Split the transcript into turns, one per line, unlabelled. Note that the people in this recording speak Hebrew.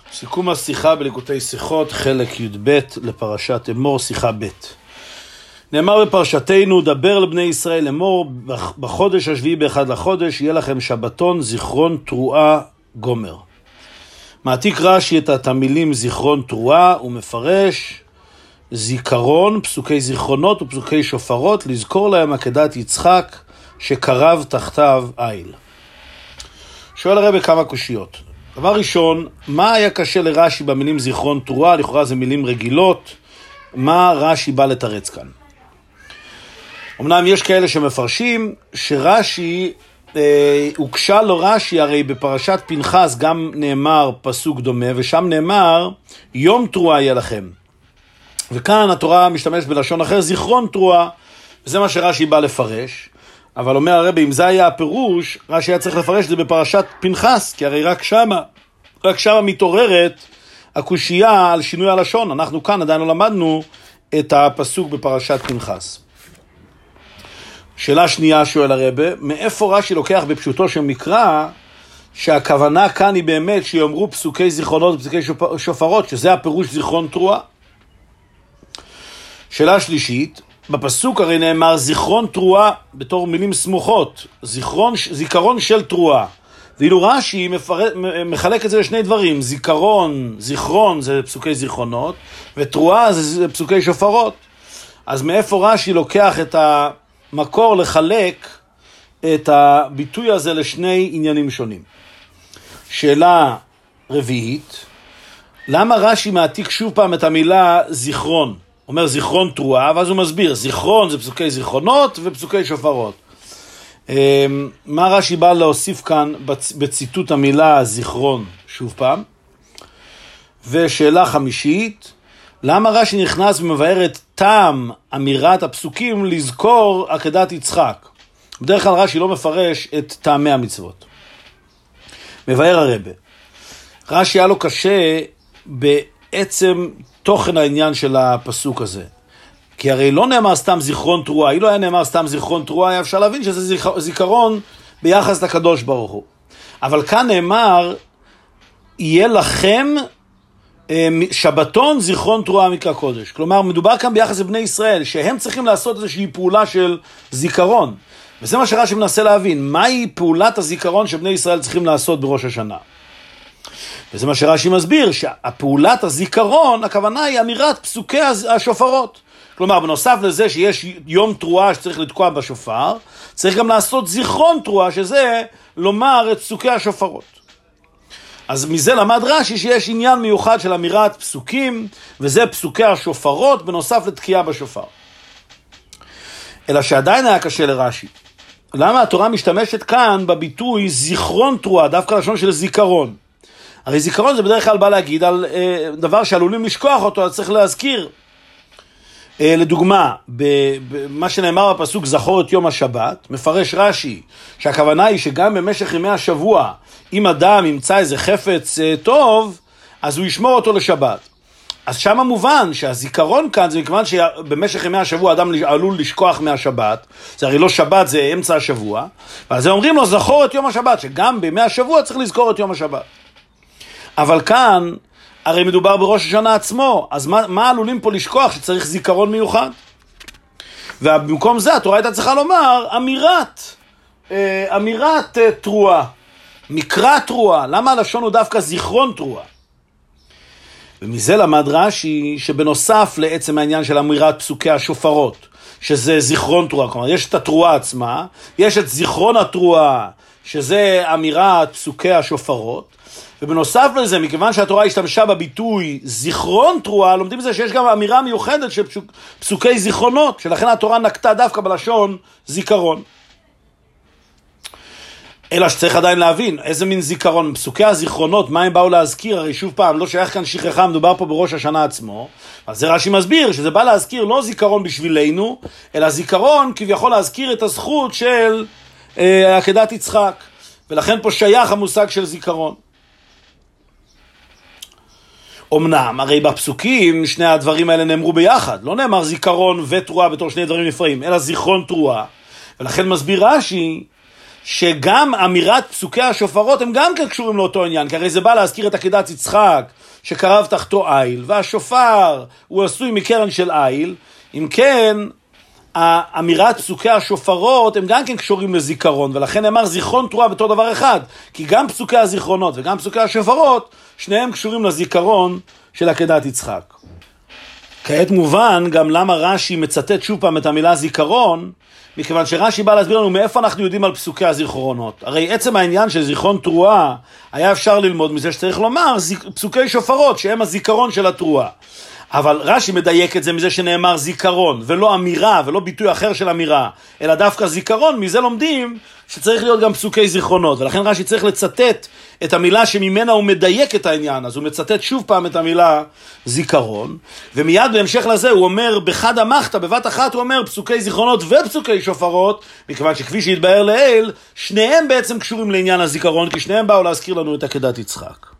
סיכום השיחה בליקוטי שיחות, חלק י"ב לפרשת אמור, שיחה ב'. נאמר בפרשתנו, דבר לבני ישראל אמור, בחודש השביעי באחד לחודש, יהיה לכם שבתון, זיכרון, תרועה, גומר. מעתיק רש"י את המילים זיכרון, תרועה, ומפרש זיכרון, פסוקי זיכרונות ופסוקי שופרות, לזכור להם עקדת יצחק, שקרב תחתיו איל. שואל הרב כמה קושיות. דבר ראשון, מה היה קשה לרש"י במילים זיכרון תרועה? לכאורה זה מילים רגילות. מה רש"י בא לתרץ כאן? אמנם יש כאלה שמפרשים שרש"י, הוקשה לו רש"י, הרי בפרשת פנחס גם נאמר פסוק דומה, ושם נאמר יום תרועה יהיה לכם. וכאן התורה משתמשת בלשון אחר, זיכרון תרועה, וזה מה שרש"י בא לפרש. אבל אומר הרב, אם זה היה הפירוש, רש"י היה צריך לפרש את זה בפרשת פנחס, כי הרי רק שמה מתעוררת הקושייה על שינוי הלשון. אנחנו כאן עדיין לא למדנו את הפסוק בפרשת פנחס. שאלה שנייה שואל הרב, מאיפה רש"י לוקח בפשוטו של מקרא, שהכוונה כאן היא באמת שיאמרו פסוקי זיכרונות ופסוקי שופרות, שזה הפירוש זיכרון תרועה? שאלה שלישית, בפסוק הרי נאמר זיכרון תרועה בתור מילים סמוכות, זיכרון של תרועה. ואילו רש"י מחלק את זה לשני דברים, זיכרון זה פסוקי זיכרונות, ותרועה זה פסוקי שופרות. אז מאיפה רש"י לוקח את המקור לחלק את הביטוי הזה לשני עניינים שונים? שאלה רביעית, למה רש"י מעתיק שוב פעם את המילה זיכרון? אומר זיכרון תרועה, ואז הוא מסביר, זיכרון זה פסוקי זיכרונות ופסוקי שופרות. מה רש"י בא להוסיף כאן בציטוט המילה זיכרון שוב פעם? ושאלה חמישית, למה רש"י נכנס ומבאר את טעם אמירת הפסוקים לזכור עקדת יצחק? בדרך כלל רש"י לא מפרש את טעמי המצוות. מבאר הרבה, רש"י היה לו קשה בעצם תוכן העניין של הפסוק הזה. כי הרי לא נאמר סתם זיכרון תרועה. אילו היה נאמר סתם זיכרון תרועה, היה אפשר להבין שזה זיכרון ביחס לקדוש ברוך הוא. אבל כאן נאמר, יהיה לכם שבתון זיכרון תרועה מקרא קודש. כלומר, מדובר כאן ביחס לבני ישראל, שהם צריכים לעשות איזושהי פעולה של זיכרון. וזה מה שרש"י מנסה להבין. מהי פעולת הזיכרון שבני ישראל צריכים לעשות בראש השנה? וזה מה שרש"י מסביר, שהפעולת הזיכרון, הכוונה היא אמירת פסוקי השופרות. כלומר, בנוסף לזה שיש יום תרועה שצריך לתקוע בשופר, צריך גם לעשות זיכרון תרועה, שזה לומר את פסוקי השופרות. אז מזה למד רש"י שיש עניין מיוחד של אמירת פסוקים, וזה פסוקי השופרות בנוסף לתקיעה בשופר. אלא שעדיין היה קשה לרש"י. למה התורה משתמשת כאן בביטוי זיכרון תרועה, דווקא לשון של זיכרון? הרי זיכרון זה בדרך כלל בא להגיד על דבר שעלולים לשכוח אותו, אז צריך להזכיר. לדוגמה, במה שנאמר בפסוק זכור את יום השבת, מפרש רש"י שהכוונה היא שגם במשך ימי השבוע, אם אדם ימצא איזה חפץ טוב, אז הוא ישמור אותו לשבת. אז שם מובן שהזיכרון כאן זה מכיוון שבמשך ימי השבוע אדם עלול לשכוח מהשבת, זה הרי לא שבת, זה אמצע השבוע, ואז אומרים לו זכור את יום השבת, שגם בימי השבוע צריך לזכור את יום השבת. אבל כאן, הרי מדובר בראש השנה עצמו, אז מה עלולים פה לשכוח שצריך זיכרון מיוחד? ובמקום זה התורה הייתה צריכה לומר אמירת תרועה, מקרא תרועה. למה הלשון הוא דווקא זיכרון תרועה? ומזה למד רש"י שבנוסף לעצם העניין של אמירת פסוקי השופרות, שזה זיכרון תרועה, כלומר יש את התרועה עצמה, יש את זיכרון התרועה, שזה אמירת פסוקי השופרות, ובנוסף לזה, מכיוון שהתורה השתמשה בביטוי זיכרון תרועה, לומדים בזה שיש גם אמירה מיוחדת של פסוקי זיכרונות, שלכן התורה נקטה דווקא בלשון זיכרון. אלא שצריך עדיין להבין איזה מין זיכרון, פסוקי הזיכרונות, מה הם באו להזכיר? הרי שוב פעם, לא שייך כאן שכחה, מדובר פה בראש השנה עצמו. אז זה רש"י מסביר שזה בא להזכיר לא זיכרון בשבילנו, אלא זיכרון כביכול להזכיר את הזכות של עקדת יצחק. ולכן פה שייך המושג של זיכרון. אמנם, הרי בפסוקים שני הדברים האלה נאמרו ביחד. לא נאמר זיכרון ותרועה בתור שני דברים נפרדים, אלא זיכרון תרועה. ולכן מסביר רש"י שגם אמירת פסוקי השופרות הם גם כן קשורים לאותו עניין, כי הרי זה בא להזכיר את עקדת יצחק, שקרב תחתו איל, והשופר הוא עשוי מקרן של איל. אם כן, האמירת פסוקי השופרות הם גם כן קשורים לזיכרון, ולכן אמר זיכרון תרועה בתור דבר אחד, כי גם פסוקי הזיכרונות וגם פסוקי השופרות, שניהם קשורים לזיכרון של עקדת יצחק. כעת מובן גם למה רש"י מצטט שוב פעם את המילה זיכרון, מכיוון שרש"י בא להסביר לנו מאיפה אנחנו יודעים על פסוקי הזיכרונות. הרי עצם העניין של זיכרון תרועה, היה אפשר ללמוד מזה שצריך לומר פסוקי שופרות, שהם הזיכרון של התרועה. אבל רש"י מדייק את זה מזה שנאמר זיכרון, ולא אמירה, ולא ביטוי אחר של אמירה, אלא דווקא זיכרון. מזה לומדים שצריך להיות גם פסוקי זיכרונות, ולכן רש"י צריך לצטט את המילה שממנה הוא מדייק את העניין, אז הוא מצטט שוב פעם את המילה זיכרון, ומיד בהמשך לזה הוא אומר בחד המחתא, בבת אחת הוא אומר פסוקי זיכרונות ופסוקי שופרות, מכיוון שכפי שהתבאר לעיל, שניהם בעצם קשורים לעניין הזיכרון, כי שניהם באו להזכיר לנו את עקדת יצחק.